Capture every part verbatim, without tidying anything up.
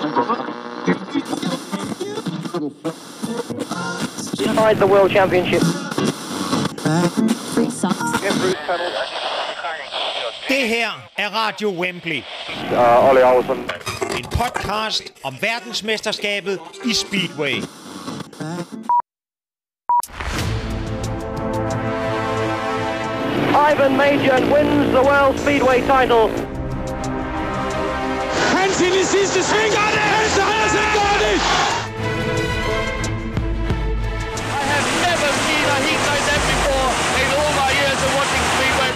Inside the World Championship. Det her er Radio Wembley. Uh, Ollie Olsen. En podcast om verdensmesterskabet i Speedway. Ivan Major wins the World Speedway title. Hansen i sidste sving. Hansen Hansen gør det! I have never seen a heat like that before in all my years of watching Speedway.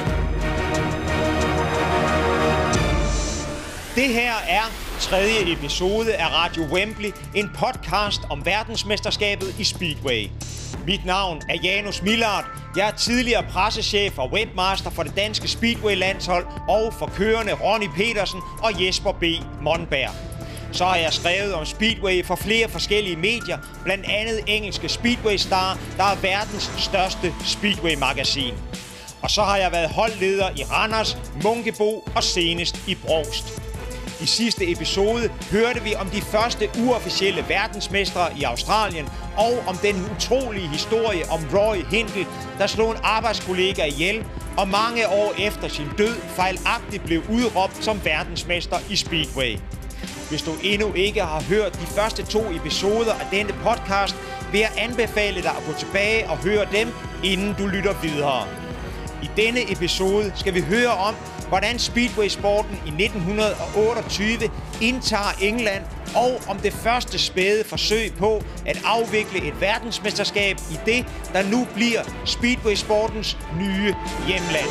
Det her er tredje episode af Radio Wembley, en podcast om verdensmesterskabet i Speedway. Mit navn er Janus Millard. Jeg er tidligere pressechef og webmaster for det danske Speedway-landshold og for kørende Ronny Petersen og Jesper B. Monberg. Så har jeg skrevet om Speedway for flere forskellige medier, blandt andet engelske Speedway Star, der er verdens største Speedway-magasin. Og så har jeg været holdleder i Randers, Munkebo og senest i Brovst. I sidste episode hørte vi om de første uofficielle verdensmestre i Australien og om den utrolige historie om Roy Hindle, der slog en arbejdskollega ihjel og mange år efter sin død fejlagtigt blev udråbt som verdensmester i Speedway. Hvis du endnu ikke har hørt de første to episoder af denne podcast, vil jeg anbefale dig at gå tilbage og høre dem, inden du lytter videre. I denne episode skal vi høre om, hvordan Speedway-sporten i nitten otteogtyve indtager England, og om det første spæde forsøg på at afvikle et verdensmesterskab i det, der nu bliver Speedway-sportens nye hjemland.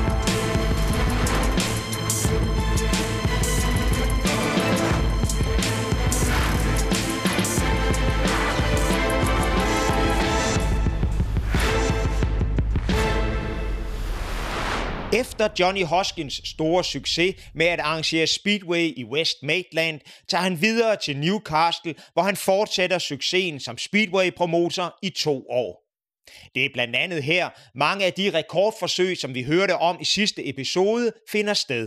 Efter Johnny Hoskins store succes med at arrangere Speedway i West Maitland, tager han videre til Newcastle, hvor han fortsætter succesen som Speedway-promotor i to år. Det er blandt andet her, mange af de rekordforsøg, som vi hørte om i sidste episode, finder sted.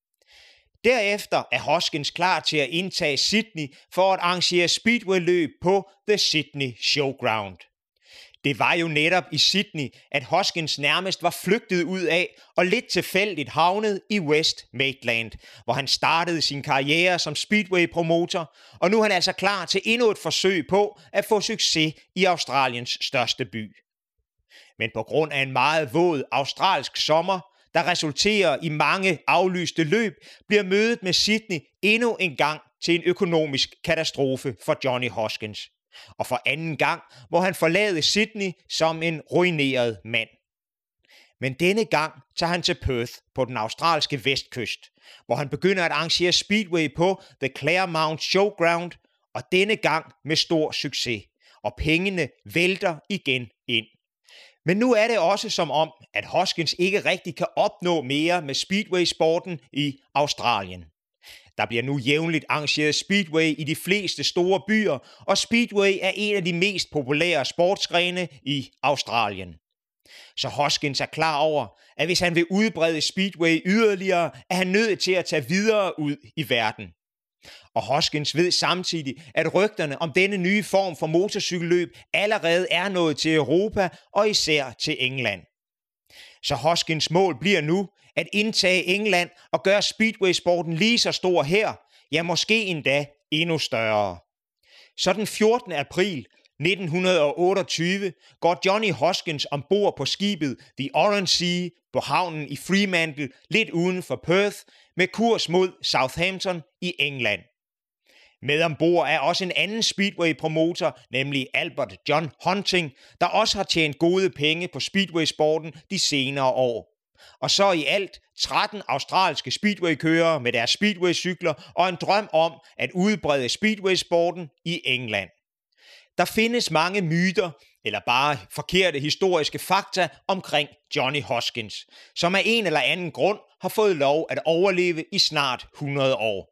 Derefter er Hoskins klar til at indtage Sydney for at arrangere Speedway-løb på The Sydney Showground. Det var jo netop i Sydney, at Hoskins nærmest var flygtet ud af og lidt tilfældigt havnet i West Maitland, hvor han startede sin karriere som Speedway-promotor, og nu er han altså klar til endnu et forsøg på at få succes i Australiens største by. Men på grund af en meget våd australsk sommer, der resulterer i mange aflyste løb, bliver mødet med Sydney endnu en gang til en økonomisk katastrofe for Johnny Hoskins. Og for anden gang må han forlade Sydney som en ruineret mand. Men denne gang tager han til Perth på den australske vestkyst, hvor han begynder at arrangere Speedway på The Claremont Showground, og denne gang med stor succes, og pengene vælter igen ind. Men nu er det også som om, at Hoskins ikke rigtig kan opnå mere med Speedway-sporten i Australien. Der bliver nu jævnligt arrangeret Speedway i de fleste store byer, og Speedway er en af de mest populære sportsgrene i Australien. Så Hoskins er klar over, at hvis han vil udbrede Speedway yderligere, er han nødt til at tage videre ud i verden. Og Hoskins ved samtidig, at rygterne om denne nye form for motorcykelløb allerede er nået til Europa og især til England. Så Hoskins mål bliver nu at indtage England og gøre Speedway-sporten lige så stor her, ja måske endda endnu større. Så den fjortende april nitten otteogtyve går Johnny Hoskins ombord på skibet The Orange Sea på havnen i Fremantle lidt uden for Perth med kurs mod Southampton i England. Med ombord er også en anden Speedway-promotor, nemlig Albert John Hunting, der også har tjent gode penge på Speedway-sporten de senere år. Og så i alt tretten australske Speedway-kørere med deres Speedway-cykler og en drøm om at udbrede Speedway-sporten i England. Der findes mange myter, eller bare forkerte historiske fakta omkring Johnny Hoskins, som af en eller anden grund har fået lov at overleve i snart hundrede år.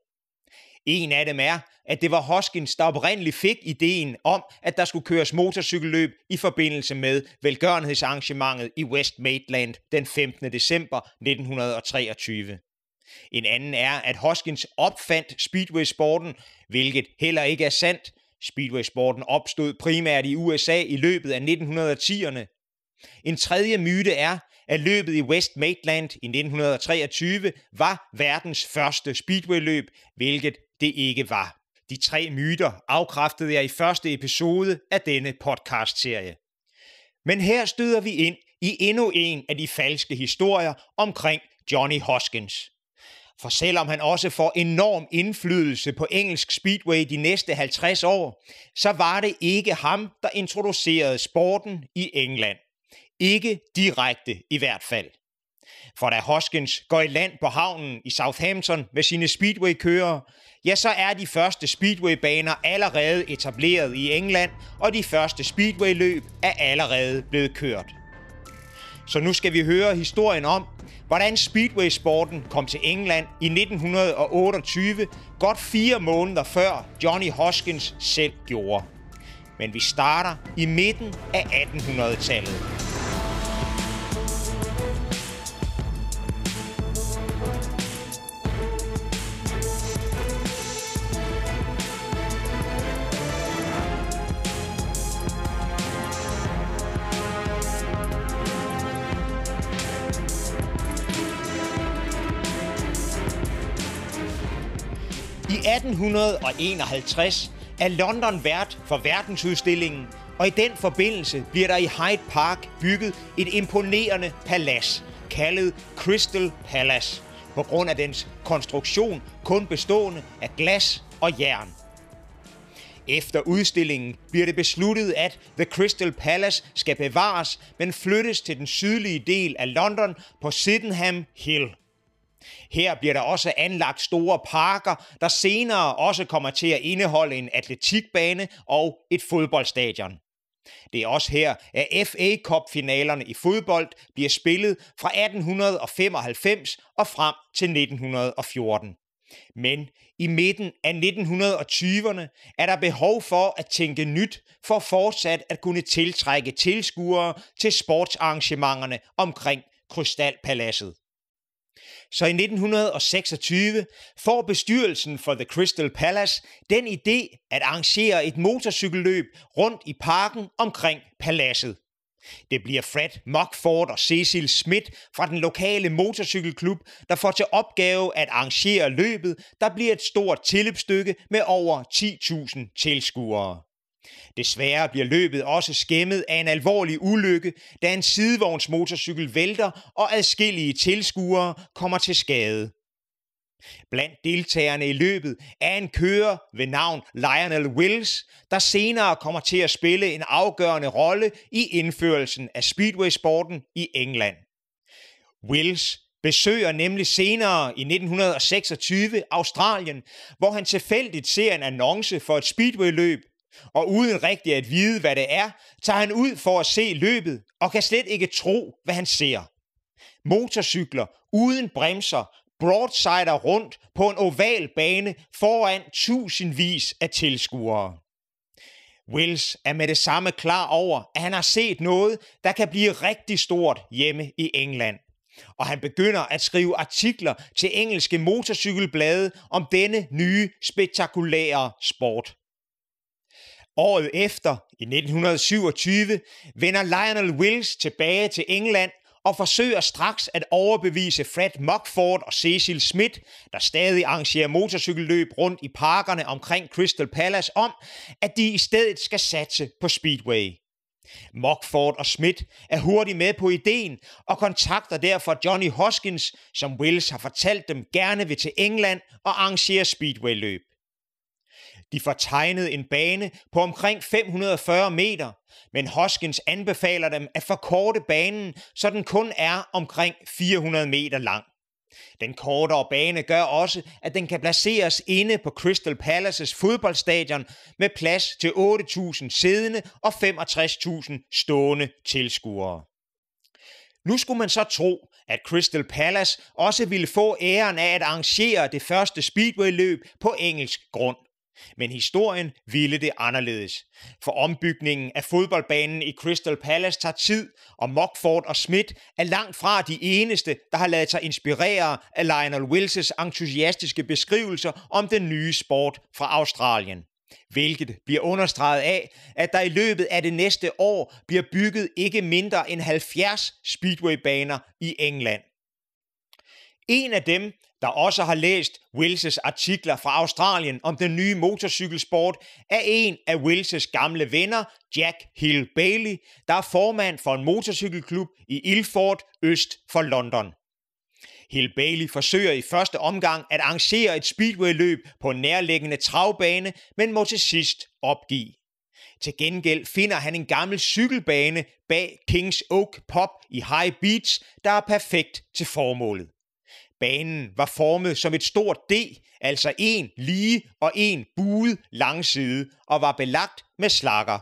En af dem er, at det var Hoskins, der oprindeligt fik ideen om, at der skulle køres motorcykelløb i forbindelse med velgørenhedsarrangementet i West Maitland den femtende december nitten treogtyve. En anden er, at Hoskins opfandt speedway-sporten, hvilket heller ikke er sandt. Speedway-sporten opstod primært i U S A i løbet af nitten tierne. En tredje myte er, at løbet i West Maitland i nitten treogtyve var verdens første speedway-løb, hvilket det ikke var. De tre myter afkræftede jeg i første episode af denne podcast-serie. Men her støder vi ind i endnu en af de falske historier omkring Johnny Hoskins. For selvom han også får enorm indflydelse på engelsk speedway de næste halvtreds år, så var det ikke ham, der introducerede sporten i England. Ikke direkte i hvert fald. For da Hoskins går i land på havnen i Southampton med sine speedway-kørere, ja, så er de første speedway-baner allerede etableret i England, og de første speedway-løb er allerede blevet kørt. Så nu skal vi høre historien om, hvordan speedway-sporten kom til England i nitten otteogtyve, godt fire måneder før Johnny Hoskins selv gjorde. Men vi starter i midten af attenhundredetallet. I atten enoghalvtreds er London vært for verdensudstillingen, og i den forbindelse bliver der i Hyde Park bygget et imponerende palads, kaldet Crystal Palace, på grund af dens konstruktion kun bestående af glas og jern. Efter udstillingen bliver det besluttet, at The Crystal Palace skal bevares, men flyttes til den sydlige del af London på Sydenham Hill. Her bliver der også anlagt store parker, der senere også kommer til at indeholde en atletikbane og et fodboldstadion. Det er også her, at F A Cup-finalerne i fodbold bliver spillet fra atten femoghalvfems og frem til nitten fjorten. Men i midten af nitten tyverne er der behov for at tænke nyt for fortsat at kunne tiltrække tilskuere til sportsarrangementerne omkring Krystalpaladset. Så i nitten seksogtyve får bestyrelsen for The Crystal Palace den idé at arrangere et motorcykelløb rundt i parken omkring paladset. Det bliver Fred Mockford og Cecil Smith fra den lokale motorcykelklub, der får til opgave at arrangere løbet, der bliver et stort tilløbsstykke med over ti tusind tilskuere. Desværre bliver løbet også skæmmet af en alvorlig ulykke, da en sidevognsmotorcykel vælter og adskillige tilskuere kommer til skade. Blandt deltagerne i løbet er en kører ved navn Lionel Wills, der senere kommer til at spille en afgørende rolle i indførelsen af speedway-sporten i England. Wills besøger nemlig senere i nitten seksogtyve Australien, hvor han tilfældigt ser en annonce for et speedway-løb, og uden rigtig at vide, hvad det er, tager han ud for at se løbet og kan slet ikke tro, hvad han ser. Motorcykler uden bremser broadsider rundt på en oval bane foran tusindvis af tilskuere. Wills er med det samme klar over, at han har set noget, der kan blive rigtig stort hjemme i England. Og han begynder at skrive artikler til engelske motorcykelblade om denne nye spektakulære sport. Året efter, i nitten syvogtyve, vender Lionel Wills tilbage til England og forsøger straks at overbevise Fred Mockford og Cecil Smith, der stadig arrangerer motorcykelløb rundt i parkerne omkring Crystal Palace, om, at de i stedet skal satse på speedway. Mockford og Smith er hurtigt med på ideen og kontakter derfor Johnny Hoskins, som Wills har fortalt dem gerne vil til England og arrangere speedwayløb. De får tegnet en bane på omkring fem hundrede og fyrre meter, men Hoskins anbefaler dem at forkorte banen, så den kun er omkring fire hundrede meter lang. Den kortere bane gør også, at den kan placeres inde på Crystal Palaces fodboldstadion med plads til otte tusind siddende og femogtres tusind stående tilskuere. Nu skulle man så tro, at Crystal Palace også ville få æren af at arrangere det første speedwayløb på engelsk grund. Men historien ville det anderledes. For ombygningen af fodboldbanen i Crystal Palace tager tid, og Mockford og Smith er langt fra de eneste, der har ladet sig inspirere af Lionel Wills' entusiastiske beskrivelser om den nye sport fra Australien. Hvilket bliver understreget af, at der i løbet af det næste år bliver bygget ikke mindre end halvfjerds speedwaybaner i England. En af dem, der også har læst Wills' artikler fra Australien om den nye motorcykelsport, er en af Wills' gamle venner, Jack Hill Bailey, der er formand for en motorcykelklub i Ilford øst for London. Hill Bailey forsøger i første omgang at arrangere et speedwayløb på en nærliggende travbane, men må til sidst opgive. Til gengæld finder han en gammel cykelbane bag Kings Oak Pub i High Beach, der er perfekt til formålet. Banen var formet som et stort D, altså en lige og en buet langside, og var belagt med slagger.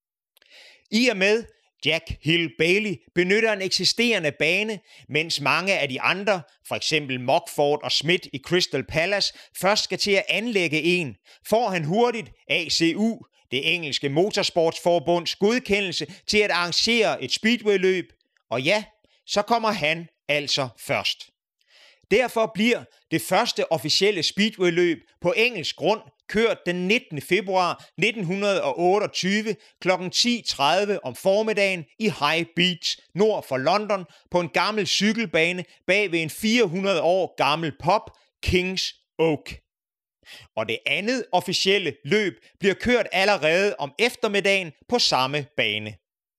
I og med Jack Hill Bailey benytter en eksisterende bane, mens mange af de andre, for eksempel Mockford og Smith i Crystal Palace, først skal til at anlægge en, får han hurtigt A C U, det engelske motorsportsforbunds godkendelse til at arrangere et speedwayløb, og ja, så kommer han altså først. Derfor bliver det første officielle speedwayløb på engelsk grund kørt den nittende februar nitten otteogtyve klokken ti tredive om formiddagen i High Beach nord for London på en gammel cykelbane bag ved en fire hundrede år gammel pub, Kings Oak. Og det andet officielle løb bliver kørt allerede om eftermiddagen på samme bane.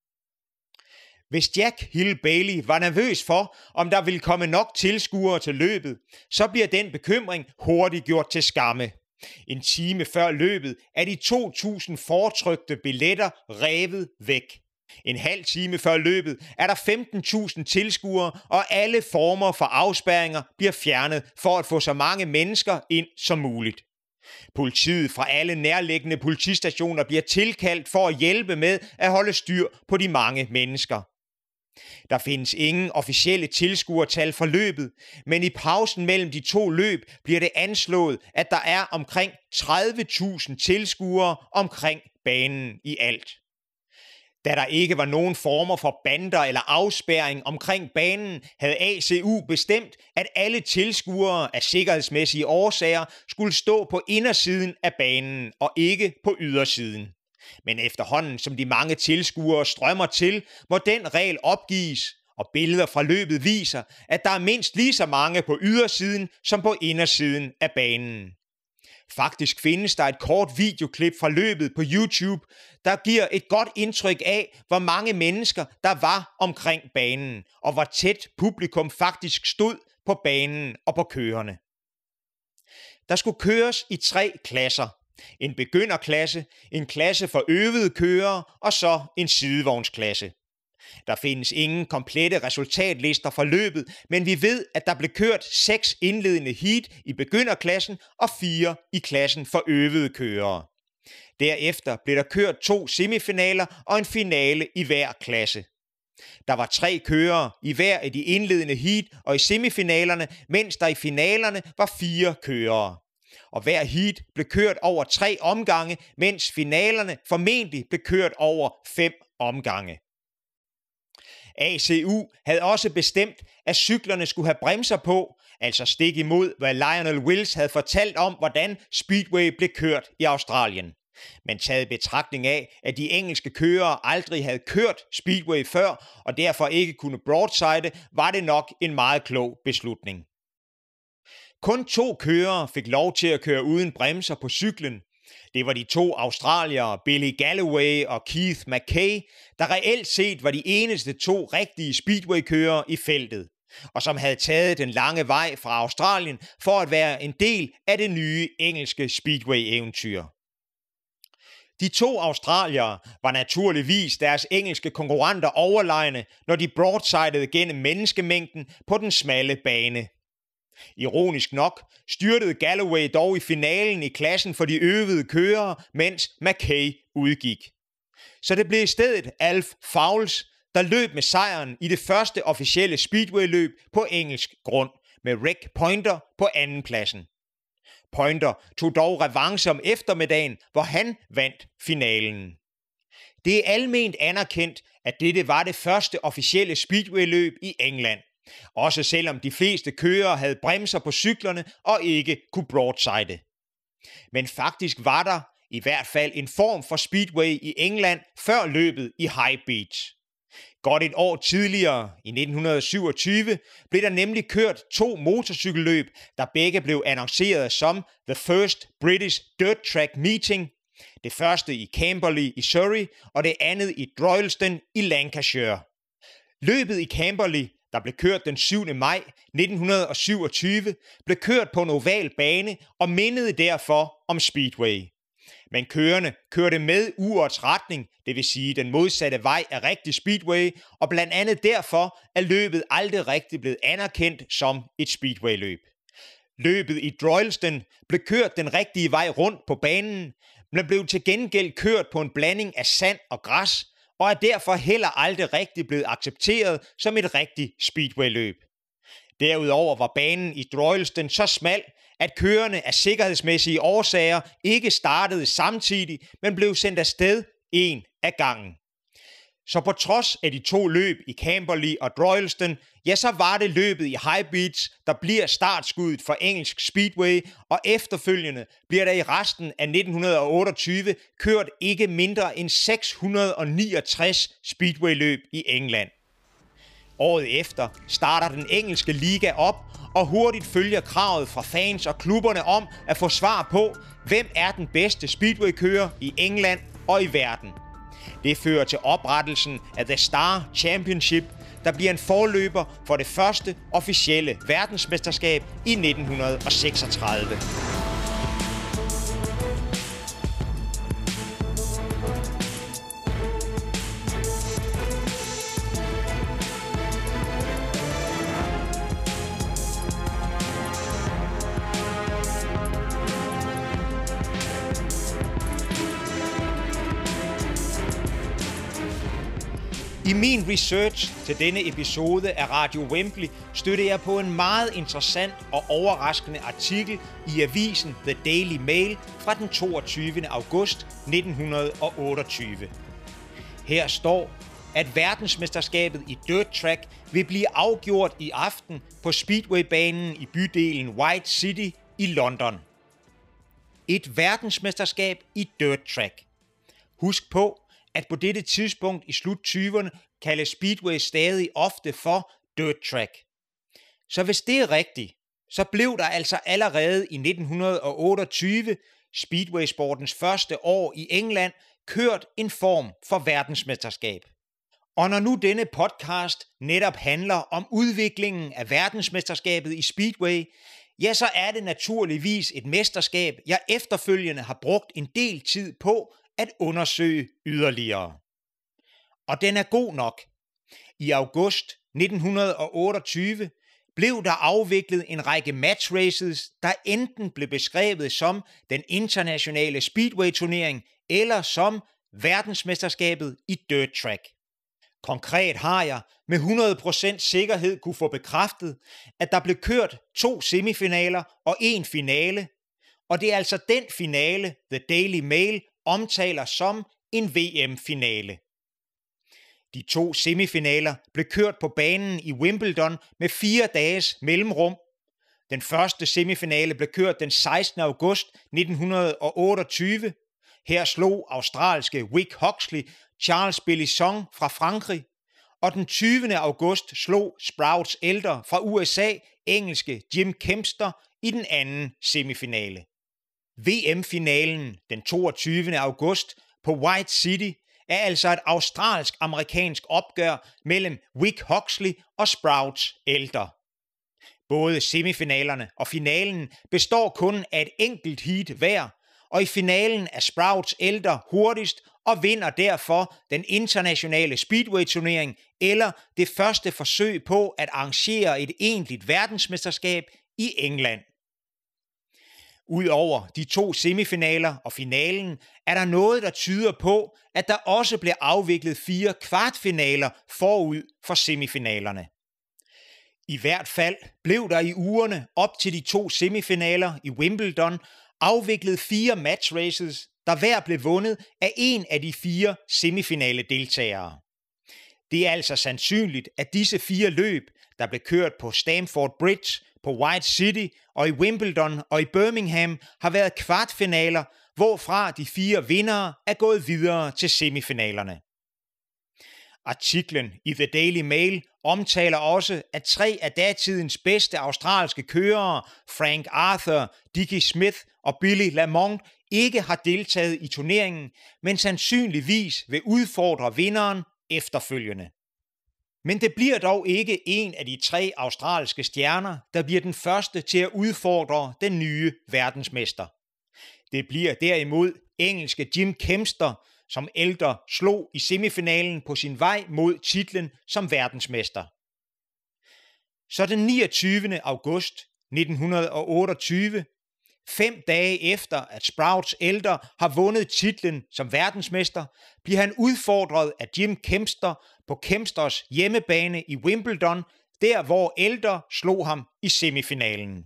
Hvis Jack Hill Bailey var nervøs for, om der ville komme nok tilskuere til løbet, så bliver den bekymring hurtigt gjort til skamme. En time før løbet er de to tusind fortrykte billetter revet væk. En halv time før løbet er der femten tusind tilskuere, og alle former for afspærringer bliver fjernet for at få så mange mennesker ind som muligt. Politiet fra alle nærliggende politistationer bliver tilkaldt for at hjælpe med at holde styr på de mange mennesker. Der findes ingen officielle tilskuertal for løbet, men i pausen mellem de to løb bliver det anslået, at der er omkring tredive tusind tilskuere omkring banen i alt. Da der ikke var nogen former for bander eller afspærring omkring banen, havde A C U bestemt, at alle tilskuere af sikkerhedsmæssige årsager skulle stå på indersiden af banen og ikke på ydersiden. Men efterhånden som de mange tilskuere strømmer til, må den regel opgives, og billeder fra løbet viser, at der er mindst lige så mange på ydersiden som på indersiden af banen. Faktisk findes der et kort videoklip fra løbet på YouTube, der giver et godt indtryk af, hvor mange mennesker der var omkring banen, og hvor tæt publikum faktisk stod på banen og på kørerne. Der skulle køres i tre klasser. En begynderklasse, en klasse for øvede kørere og så en sidevognsklasse. Der findes ingen komplette resultatlister for løbet, men vi ved, at der blev kørt seks indledende heat i begynderklassen og fire i klassen for øvede kørere. Derefter blev der kørt to semifinaler og en finale i hver klasse. Der var tre kørere i hver af de indledende heat og i semifinalerne, mens der i finalerne var fire kørere. Og hver heat blev kørt over tre omgange, mens finalerne formentlig blev kørt over fem omgange. A C U havde også bestemt, at cyklerne skulle have bremser på, altså stik imod, hvad Lionel Wills havde fortalt om, hvordan speedway blev kørt i Australien. Men taget i betragtning af, at de engelske kørere aldrig havde kørt speedway før, og derfor ikke kunne broadside, var det nok en meget klog beslutning. Kun to kørere fik lov til at køre uden bremser på cyklen. Det var de to australiere, Billy Galloway og Keith McKay, der reelt set var de eneste to rigtige speedway-kørere i feltet, og som havde taget den lange vej fra Australien for at være en del af det nye engelske speedway-eventyr. De to australiere var naturligvis deres engelske konkurrenter overlegne, når de broadsidede gennem menneskemængden på den smalle bane. Ironisk nok styrtede Galloway dog i finalen i klassen for de øvede kørere, mens McKay udgik. Så det blev i stedet Alf Fowles, der løb med sejren i det første officielle speedwayløb på engelsk grund, med Rick Pointer på andenpladsen. Pointer tog dog revanche om eftermiddagen, hvor han vandt finalen. Det er alment anerkendt, at dette var det første officielle speedwayløb i England, også selvom de fleste kørere havde bremser på cyklerne og ikke kunne broadside. Men faktisk var der i hvert fald en form for speedway i England før løbet i High Beach. Godt et år tidligere, i nitten syvogtyve, blev der nemlig kørt to motorcykelløb, der begge blev annonceret som The First British Dirt Track Meeting. Det første i Camberley i Surrey, og det andet i Droylsden i Lancashire. Løbet i Camberley, der blev kørt den syvende maj nitten syvogtyve, blev kørt på en oval bane og mindede derfor om speedway. Men kørerne kørte med urets retning, det vil sige den modsatte vej af rigtig speedway, og blandt andet derfor er løbet aldrig rigtig blevet anerkendt som et speedwayløb. Løbet i Droylsden blev kørt den rigtige vej rundt på banen, men blev til gengæld kørt på en blanding af sand og græs, og er derfor heller aldrig rigtig blevet accepteret som et rigtigt speedwayløb. Derudover var banen i Droylsden så smal, at kørerne af sikkerhedsmæssige årsager ikke startede samtidig, men blev sendt afsted en af gangen. Så på trods af de to løb i Camberley og Droylsden, ja, så var det løbet i High Beach, der bliver startskuddet for engelsk speedway, og efterfølgende bliver der i resten af nitten otteogtyve kørt ikke mindre end seks hundrede og niogtres speedwayløb i England. Året efter starter den engelske liga op, og hurtigt følger kravet fra fans og klubberne om at få svar på, hvem er den bedste speedwaykører i England og i verden. Det fører til oprettelsen af The Star Championship, der bliver en forløber for det første officielle verdensmesterskab i nitten seksogtredive. I min research til denne episode af Radio Wembley stødte jeg på en meget interessant og overraskende artikel i avisen The Daily Mail fra den toogtyvende august nitten otteogtyve. Her står, at verdensmesterskabet i Dirt Track vil blive afgjort i aften på Speedwaybanen i bydelen White City i London. Et verdensmesterskab i Dirt Track. Husk på, at på dette tidspunkt i slut tyverne kaldes Speedway stadig ofte for Dirt Track. Så hvis det er rigtigt, så blev der altså allerede i nitten otteogtyve, Speedway-sportens første år i England, kørt en form for verdensmesterskab. Og når nu denne podcast netop handler om udviklingen af verdensmesterskabet i Speedway, ja, så er det naturligvis et mesterskab, jeg efterfølgende har brugt en del tid på at undersøge yderligere. Og den er god nok. I august nitten otteogtyve blev der afviklet en række match races, der enten blev beskrevet som den internationale speedway-turnering eller som verdensmesterskabet i Dirt Track. Konkret har jeg med hundrede procent sikkerhed kunne få bekræftet, at der blev kørt to semifinaler og en finale, og det er altså den finale, The Daily Mail omtaler som en V M-finale. De to semifinaler blev kørt på banen i Wimbledon med fire dages mellemrum. Den første semifinale blev kørt den sekstende august nitten otteogtyve. Her slog australske Wick Huxley Charles Bellisson fra Frankrig, og den tyvende august slog Sprouts ældre fra U S A engelske Jim Kempster i den anden semifinale. V M-finalen den toogtyvende august på White City er altså et australsk-amerikansk opgør mellem Wick Huxley og Sprouts ældre. Både semifinalerne og finalen består kun af et enkelt heat hver, og i finalen er Sprouts ældre hurtigst og vinder derfor den internationale speedway-turnering eller det første forsøg på at arrangere et egentligt verdensmesterskab i England. Udover de to semifinaler og finalen er der noget, der tyder på, at der også bliver afviklet fire kvartfinaler forud for semifinalerne. I hvert fald blev der i ugerne op til de to semifinaler i Wimbledon afviklet fire match races, der hver blev vundet af en af de fire semifinale deltagere. Det er altså sandsynligt, at disse fire løb, der blev kørt på Stamford Bridge, på White City og i Wimbledon og i Birmingham, har været kvartfinaler, hvorfra de fire vindere er gået videre til semifinalerne. Artiklen i The Daily Mail omtaler også, at tre af datidens bedste australske kørere, Frank Arthur, Dickie Smith og Billy Lamont, ikke har deltaget i turneringen, men sandsynligvis vil udfordre vinderen efterfølgende. Men det bliver dog ikke en af de tre australske stjerner, der bliver den første til at udfordre den nye verdensmester. Det bliver derimod engelske Jim Kempster, som Elder slog i semifinalen på sin vej mod titlen som verdensmester. Så den niogtyvende august nitten otteogtyve, fem dage efter at Sprouts Elder har vundet titlen som verdensmester, bliver han udfordret af Jim Kempster på Kempsters hjemmebane i Wimbledon, der hvor Elder slog ham i semifinalen.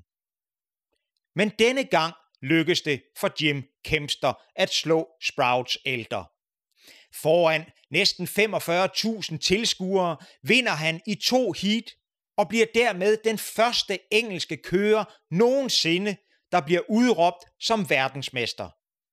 Men denne gang lykkedes det for Jim Kempster at slå Sprouts Elder. Foran næsten femogfyrre tusind tilskuere vinder han i to heat og bliver dermed den første engelske kører nogensinde, der bliver udråbt som verdensmester.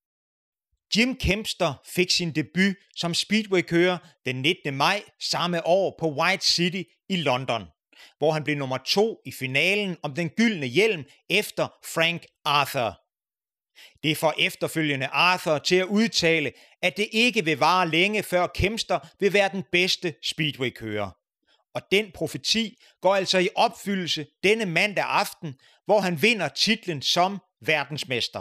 Jim Kempster fik sin debut som speedway-kører den nittende maj samme år på White City i London, hvor han blev nummer to i finalen om den gyldne hjelm efter Frank Arthur. Det får efterfølgende Arthur til at udtale, at det ikke vil vare længe før Kempster vil være den bedste speedway-kører. Og den profeti går altså i opfyldelse denne mandag aften, hvor han vinder titlen som verdensmester.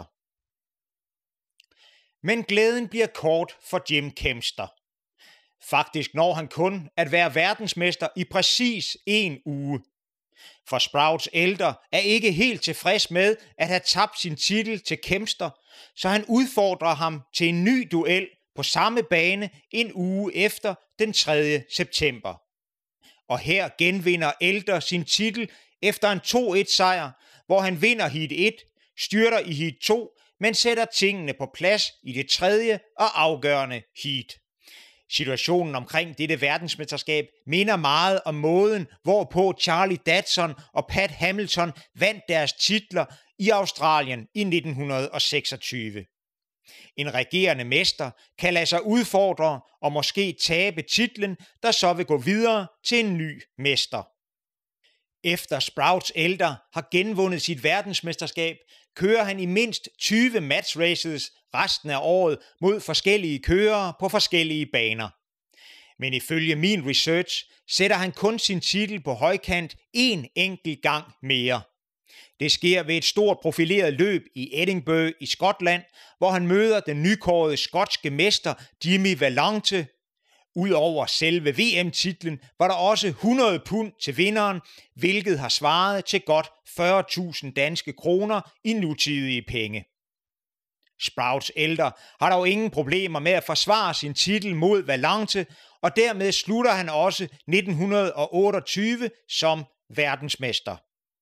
Men glæden bliver kort for Jim Kempster. Faktisk når han kun at være verdensmester i præcis en uge. For Sprouts Elder er ikke helt tilfreds med at have tabt sin titel til Kempster, så han udfordrer ham til en ny duel på samme bane en uge efter den tredje september. Og her genvinder Elder sin titel efter en to et sejr, hvor han vinder heat et, styrter i heat to, men sætter tingene på plads i det tredje og afgørende heat. Situationen omkring dette verdensmesterskab minder meget om måden, hvorpå Charlie Dodson og Pat Hamilton vandt deres titler i Australien i nitten seksogtyve. En regerende mester kan lade sig udfordre og måske tabe titlen, der så vil gå videre til en ny mester. Efter Sprouts Elder har genvundet sit verdensmesterskab, kører han i mindst tyve match races resten af året mod forskellige kørere på forskellige baner. Men ifølge min research sætter han kun sin titel på højkant en enkelt gang mere. Det sker ved et stort profileret løb i Edinburgh i Skotland, hvor han møder den nykårede skotske mester Jimmy Valente. Udover selve V M-titlen var der også hundrede pund til vinderen, hvilket har svaret til godt fyrre tusind danske kroner i nutidige penge. Sprouts Elder har dog ingen problemer med at forsvare sin titel mod Valente, og dermed slutter han også nitten otteogtyve som verdensmester.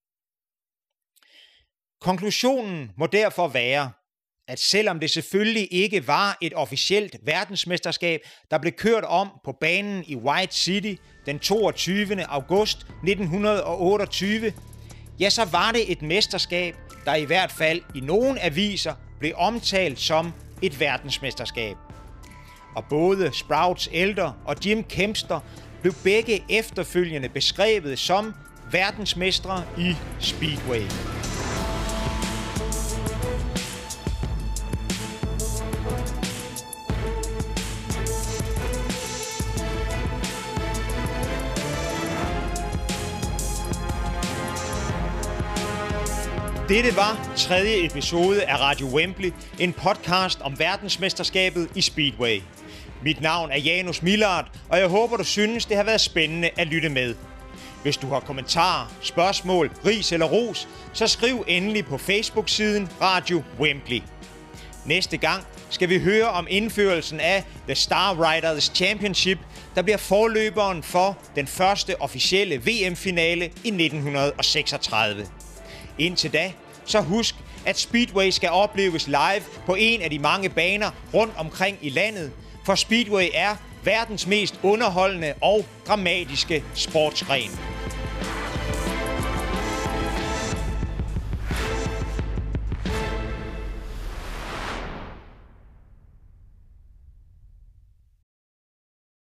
Konklusionen må derfor være, at selvom det selvfølgelig ikke var et officielt verdensmesterskab, der blev kørt om på banen i White City den toogtyvende august nitten otteogtyve, ja, så var det et mesterskab, der i hvert fald i nogle aviser blev omtalt som et verdensmesterskab. Og både Sprouts Elder og Jim Kempster blev begge efterfølgende beskrevet som verdensmestre i Speedway. Dette var tredje episode af Radio Wembley, en podcast om verdensmesterskabet i Speedway. Mit navn er Janus Millard, og jeg håber, du synes, det har været spændende at lytte med. Hvis du har kommentarer, spørgsmål, ris eller ros, så skriv endelig på Facebook-siden Radio Wembley. Næste gang skal vi høre om indførelsen af The Star Riders Championship, der bliver forløberen for den første officielle V M-finale i nitten seksogtredive. Indtil da, så husk, at Speedway skal opleves live på en af de mange baner rundt omkring i landet, for Speedway er verdens mest underholdende og dramatiske sportsgren.